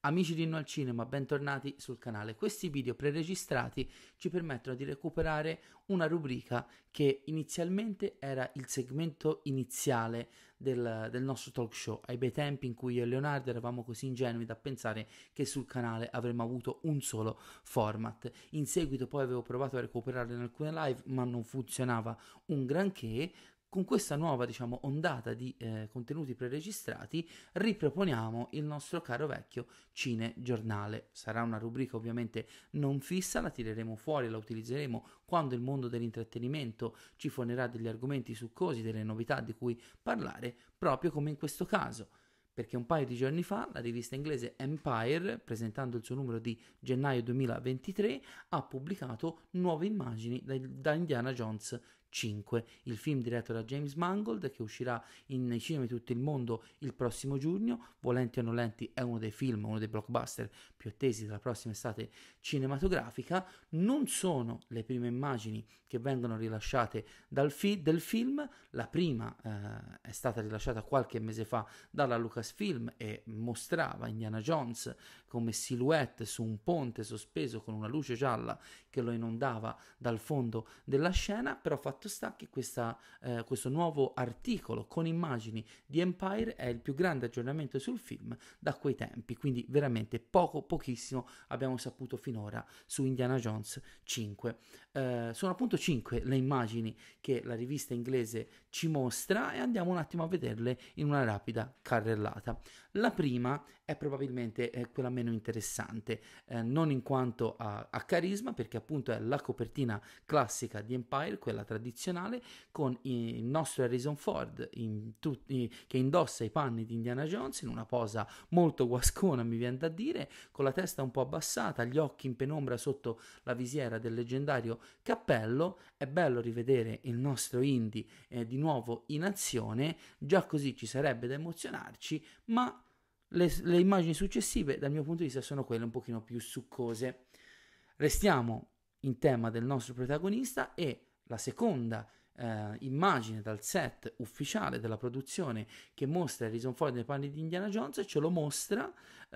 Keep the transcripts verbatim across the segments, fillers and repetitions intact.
Amici di No al Cinema, bentornati sul canale. Questi video preregistrati ci permettono di recuperare una rubrica che inizialmente era il segmento iniziale del, del nostro talk show, ai bei tempi in cui io e Leonardo eravamo così ingenui da pensare che sul canale avremmo avuto un solo format. In seguito poi avevo provato a recuperarlo in alcune live, ma non funzionava un granché. Con questa nuova, diciamo, ondata di eh, contenuti preregistrati riproponiamo il nostro caro vecchio cinegiornale. Sarà una rubrica ovviamente non fissa, la tireremo fuori, la utilizzeremo quando il mondo dell'intrattenimento ci fornirà degli argomenti succosi, delle novità di cui parlare, proprio come in questo caso. Perché un paio di giorni fa la rivista inglese Empire, presentando il suo numero di gennaio duemilaventitré, ha pubblicato nuove immagini da, da Indiana Jones cinque, il film diretto da James Mangold che uscirà in, nei cinema di tutto il mondo il prossimo giugno. Volenti o nolenti è uno dei film, uno dei blockbuster più attesi della prossima estate cinematografica. Non sono le prime immagini che vengono rilasciate dal fi- del film, la prima eh, è stata rilasciata qualche mese fa dalla Lucasfilm e mostrava Indiana Jones come silhouette su un ponte sospeso con una luce gialla che lo inondava dal fondo della scena. Però fatto sta che questa, eh, questo nuovo articolo con immagini di Empire è il più grande aggiornamento sul film da quei tempi, quindi veramente poco, pochissimo abbiamo saputo finora su Indiana Jones cinque. Eh, sono appunto cinque le immagini che la rivista inglese ci mostra e andiamo un attimo a vederle in una rapida carrellata. La prima è probabilmente eh, quella meno interessante, eh, non in quanto a, a carisma, perché appunto è la copertina classica di Empire, quella tradizionale, con il nostro Harrison Ford in tutti, che indossa i panni di Indiana Jones in una posa molto guascona, mi viene da dire, con la testa un po' abbassata, gli occhi in penombra sotto la visiera del leggendario cappello. È bello rivedere il nostro Indy eh, di nuovo in azione, già così ci sarebbe da emozionarci, ma le, le immagini successive dal mio punto di vista sono quelle un pochino più succose. Restiamo in tema del nostro protagonista e la seconda eh, immagine dal set ufficiale della produzione che mostra Harrison Ford nei panni di Indiana Jones ce lo mostra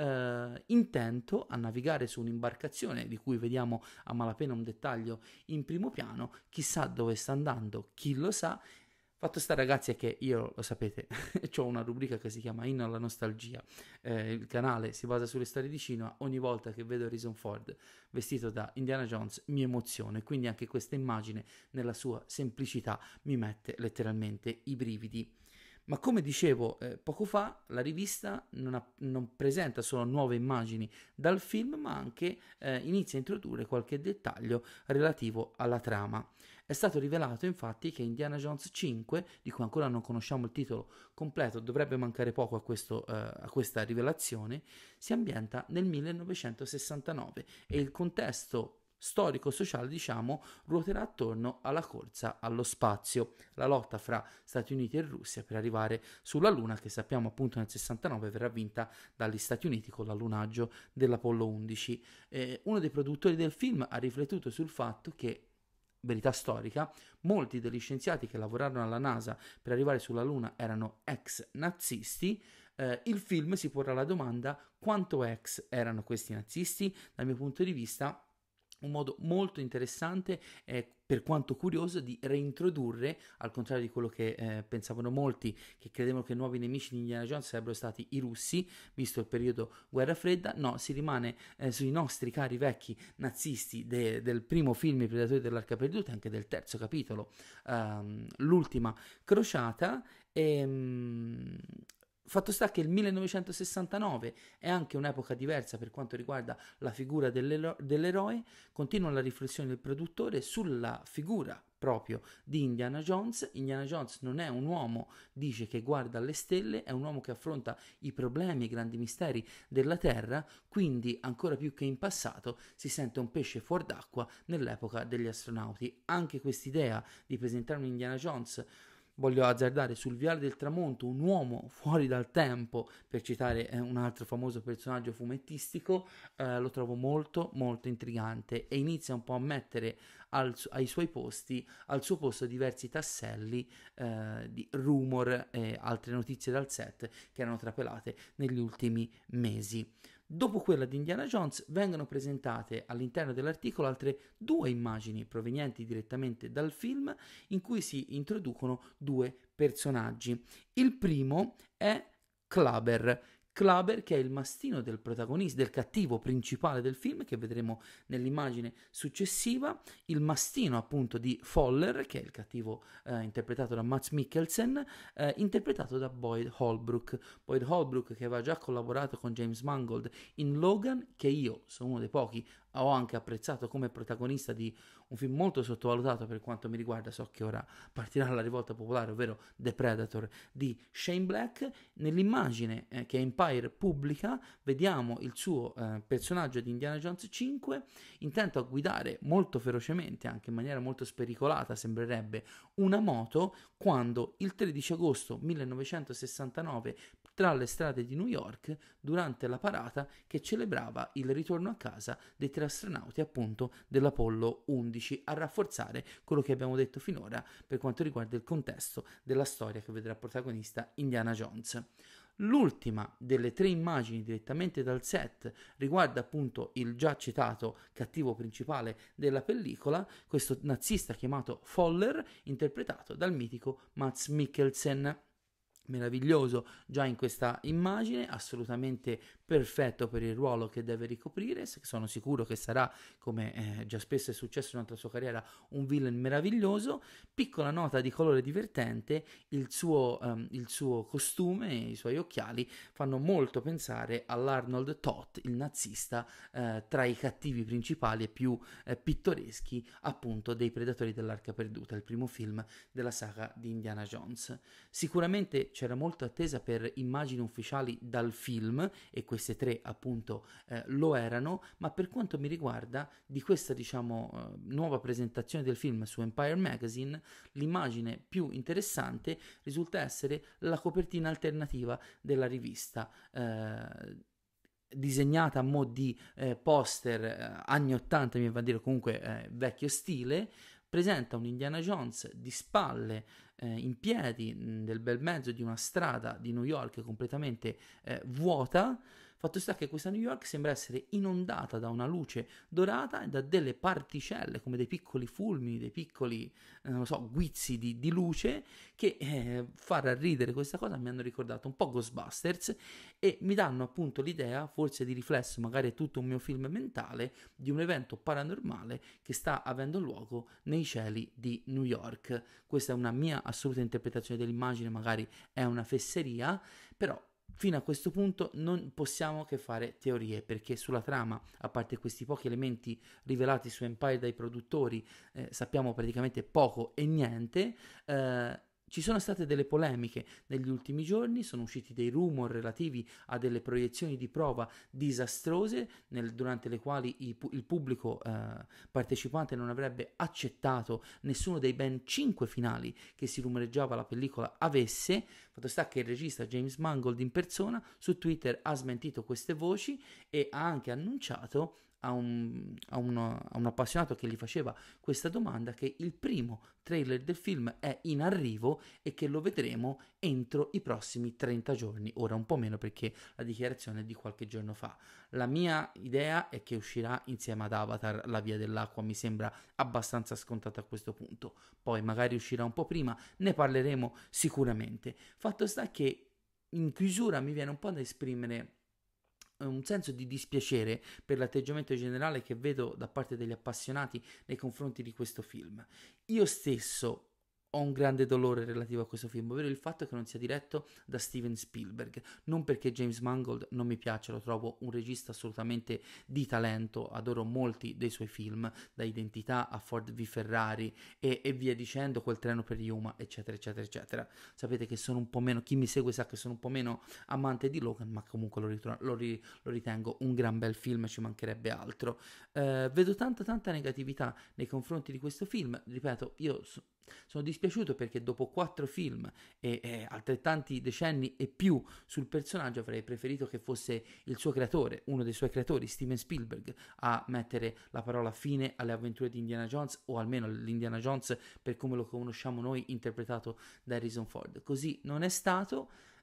eh, intento a navigare su un'imbarcazione di cui vediamo a malapena un dettaglio in primo piano. Chissà dove sta andando, chi lo sa. Fatto sta, ragazzi, è che io, lo sapete, ho una rubrica che si chiama Inno alla nostalgia. Eh, il canale si basa sulle storie di cinema. Ogni volta che vedo Harrison Ford vestito da Indiana Jones mi emoziono, e quindi anche questa immagine nella sua semplicità mi mette letteralmente i brividi. Ma come dicevo eh, poco fa, la rivista non, ha, non presenta solo nuove immagini dal film, ma anche eh, inizia a introdurre qualche dettaglio relativo alla trama. È stato rivelato infatti che Indiana Jones cinque, di cui ancora non conosciamo il titolo completo, dovrebbe mancare poco a, questo, eh, a questa rivelazione, si ambienta nel millenovecentosessantanove e il contesto storico-sociale, diciamo, ruoterà attorno alla corsa allo spazio, la lotta fra Stati Uniti e Russia per arrivare sulla Luna, che sappiamo appunto nel sessantanove verrà vinta dagli Stati Uniti con l'allunaggio dell'Apollo undici. Eh, uno dei produttori del film ha riflettuto sul fatto che, verità storica, molti degli scienziati che lavorarono alla NASA per arrivare sulla Luna erano ex nazisti. Eh, il film si porrà la domanda: quanto ex erano questi nazisti? Dal mio punto di vista un modo molto interessante e per quanto curioso di reintrodurre, al contrario di quello che eh, pensavano molti, che credevano che i nuovi nemici di Indiana Jones sarebbero stati i russi, visto il periodo guerra fredda. No, si rimane eh, sui nostri cari vecchi nazisti de- del primo film I Predatori dell'Arca Perduta, anche del terzo capitolo, ehm, L'ultima crociata. E, mm, Fatto sta che il millenovecentosessantanove è anche un'epoca diversa per quanto riguarda la figura dell'ero- dell'eroe. Continua la riflessione del produttore sulla figura proprio di Indiana Jones. Indiana Jones non è un uomo, dice, che guarda alle stelle, è un uomo che affronta i problemi e i grandi misteri della Terra, quindi ancora più che in passato si sente un pesce fuor d'acqua nell'epoca degli astronauti. Anche quest'idea di presentare un Indiana Jones, voglio azzardare, sul viale del tramonto, un uomo fuori dal tempo, per citare eh, un altro famoso personaggio fumettistico, eh, lo trovo molto molto intrigante e inizia un po' a mettere al, ai suoi posti, al suo posto, diversi tasselli eh, di rumor e altre notizie dal set che erano trapelate negli ultimi mesi. Dopo quella di Indiana Jones vengono presentate all'interno dell'articolo altre due immagini provenienti direttamente dal film in cui si introducono due personaggi. Il primo è Clubber. Clubber, che è il mastino del protagonista, del cattivo principale del film, che vedremo nell'immagine successiva, il mastino appunto di Fowler, che è il cattivo eh, interpretato da Mads Mikkelsen, eh, interpretato da Boyd Holbrook. Boyd Holbrook che aveva già collaborato con James Mangold in Logan, che io sono uno dei pochi ho anche apprezzato come protagonista di un film molto sottovalutato per quanto mi riguarda, so che ora partirà la rivolta popolare, ovvero The Predator di Shane Black. Nell'immagine eh, che Empire pubblica vediamo il suo eh, personaggio di Indiana Jones cinque intento a guidare molto ferocemente, anche in maniera molto spericolata sembrerebbe, una moto, quando il tredici agosto millenovecentosessantanove tra le strade di New York, durante la parata che celebrava il ritorno a casa dei tre astronauti appunto dell'Apollo undici, a rafforzare quello che abbiamo detto finora per quanto riguarda il contesto della storia che vedrà protagonista Indiana Jones. L'ultima delle tre immagini direttamente dal set riguarda appunto il già citato cattivo principale della pellicola, questo nazista chiamato Fowler, interpretato dal mitico Mads Mikkelsen. Meraviglioso già in questa immagine, assolutamente perfetto per il ruolo che deve ricoprire. Sono sicuro che sarà, come eh, già spesso è successo durante la sua carriera, un villain meraviglioso. Piccola nota di colore divertente: il suo, um, il suo costume e i suoi occhiali fanno molto pensare all'Arnold Toth, il nazista eh, tra i cattivi principali e più eh, pittoreschi appunto dei Predatori dell'Arca Perduta, il primo film della saga di Indiana Jones. Sicuramente c'era molta attesa per immagini ufficiali dal film, e queste tre appunto eh, lo erano, ma per quanto mi riguarda di questa diciamo eh, nuova presentazione del film su Empire Magazine, l'immagine più interessante risulta essere la copertina alternativa della rivista, eh, disegnata a mo' di eh, poster eh, anni ottanta, mi va a dire, comunque eh, vecchio stile. Presenta un Indiana Jones di spalle, eh, in piedi, mh, nel bel mezzo di una strada di New York completamente eh, vuota. Fatto sta che questa New York sembra essere inondata da una luce dorata e da delle particelle, come dei piccoli fulmini, dei piccoli, eh, non lo so, guizzi di, di luce, che eh, fa ridere questa cosa. Mi hanno ricordato un po' Ghostbusters e mi danno appunto l'idea, forse di riflesso, magari è tutto un mio film mentale, di un evento paranormale che sta avendo luogo nei cieli di New York. Questa è una mia assoluta interpretazione dell'immagine, magari è una fesseria, però fino a questo punto non possiamo che fare teorie, perché sulla trama, a parte questi pochi elementi rivelati su Empire dai produttori, eh, sappiamo praticamente poco e niente. eh, Ci sono state delle polemiche negli ultimi giorni, sono usciti dei rumor relativi a delle proiezioni di prova disastrose, nel, durante le quali i, il pubblico eh, partecipante non avrebbe accettato nessuno dei ben cinque finali che si rumoreggiava la pellicola avesse. Fatto sta che il regista James Mangold in persona su Twitter ha smentito queste voci e ha anche annunciato a un, a, uno, a un appassionato che gli faceva questa domanda che il primo trailer del film è in arrivo e che lo vedremo entro i prossimi trenta giorni, ora un po' meno perché la dichiarazione è di qualche giorno fa. La mia idea è che uscirà insieme ad Avatar La Via dell'Acqua, mi sembra abbastanza scontato a questo punto, poi magari uscirà un po' prima, ne parleremo sicuramente. Fatto sta che in chiusura mi viene un po' da esprimere un senso di dispiacere per l'atteggiamento generale che vedo da parte degli appassionati nei confronti di questo film. Io stesso ho un grande dolore relativo a questo film, ovvero il fatto che non sia diretto da Steven Spielberg, non perché James Mangold non mi piace, lo trovo un regista assolutamente di talento, adoro molti dei suoi film, da Identità a Ford v Ferrari e, e via dicendo, Quel treno per Yuma, eccetera eccetera eccetera. Sapete che sono un po' meno, chi mi segue sa che sono un po' meno amante di Logan, ma comunque lo, ritro- lo, ri- lo ritengo un gran bel film, ci mancherebbe altro. Eh, vedo tanta tanta negatività nei confronti di questo film, ripeto, io so- sono dispiaciuto perché dopo quattro film e, e altrettanti decenni e più sul personaggio avrei preferito che fosse il suo creatore, uno dei suoi creatori, Steven Spielberg, a mettere la parola fine alle avventure di Indiana Jones, o almeno l'Indiana Jones per come lo conosciamo noi interpretato da Harrison Ford. Così non è stato.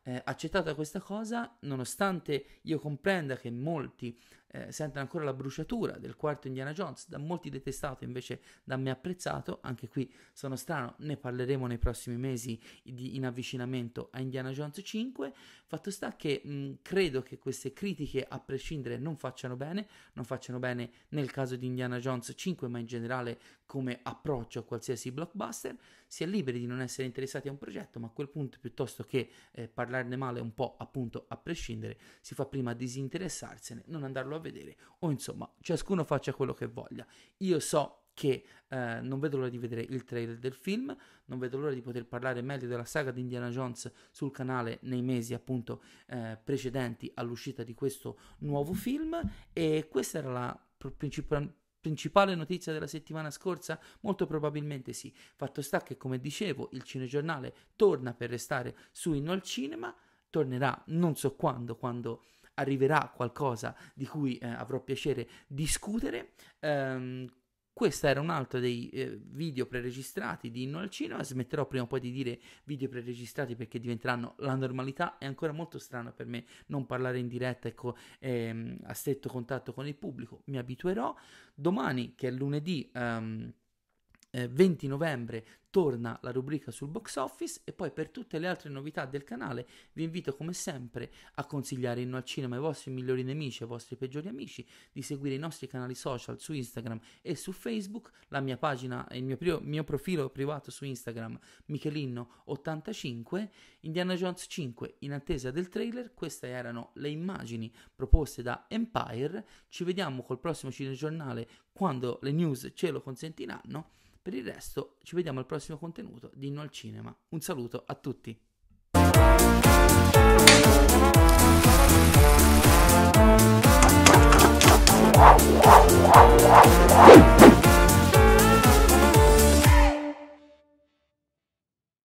eh, accettata questa cosa, nonostante io comprenda che molti eh, sentono ancora la bruciatura del quarto Indiana Jones, da molti detestato invece da me apprezzato. Anche qui sono strano, ne parleremo nei prossimi mesi di, in avvicinamento a Indiana Jones cinque. Fatto sta che mh, credo che queste critiche a prescindere non facciano bene, non facciano bene nel caso di Indiana Jones cinque, ma in generale come approccio a qualsiasi blockbuster. Si è liberi di non essere interessati a un progetto, ma a quel punto, piuttosto che eh, parlarne male un po' appunto a prescindere, si fa prima disinteressarsene, non andarlo a vedere, o insomma ciascuno faccia quello che voglia. Io so che eh, non vedo l'ora di vedere il trailer del film, non vedo l'ora di poter parlare meglio della saga di Indiana Jones sul canale nei mesi appunto eh, precedenti all'uscita di questo nuovo film. E questa era la principale principale notizia della settimana scorsa? Molto probabilmente sì. Fatto sta che, come dicevo, il cinegiornale torna per restare su Inno al Cinema, tornerà non so quando, quando arriverà qualcosa di cui eh, avrò piacere discutere. Ehm, Questo era un altro dei eh, video preregistrati di Inno al Cinema. Smetterò prima o poi di dire video preregistrati perché diventeranno la normalità. È ancora molto strano per me non parlare in diretta e co- ehm, a stretto contatto con il pubblico. Mi abituerò. Domani, che è lunedì ehm, eh, venti novembre, torna la rubrica sul box office. E poi, per tutte le altre novità del canale, vi invito come sempre a consigliare Inno al Cinema ai vostri migliori nemici, ai vostri peggiori amici, di seguire i nostri canali social su Instagram e su Facebook, la mia pagina e il mio, prio, mio profilo privato su Instagram, Michelino ottantacinque. Indiana Jones cinque in attesa del trailer. Queste erano le immagini proposte da Empire. Ci vediamo col prossimo cinegiornale quando le news ce lo consentiranno. Per il resto ci vediamo al prossimo contenuto di Inno al Cinema. Un saluto a tutti.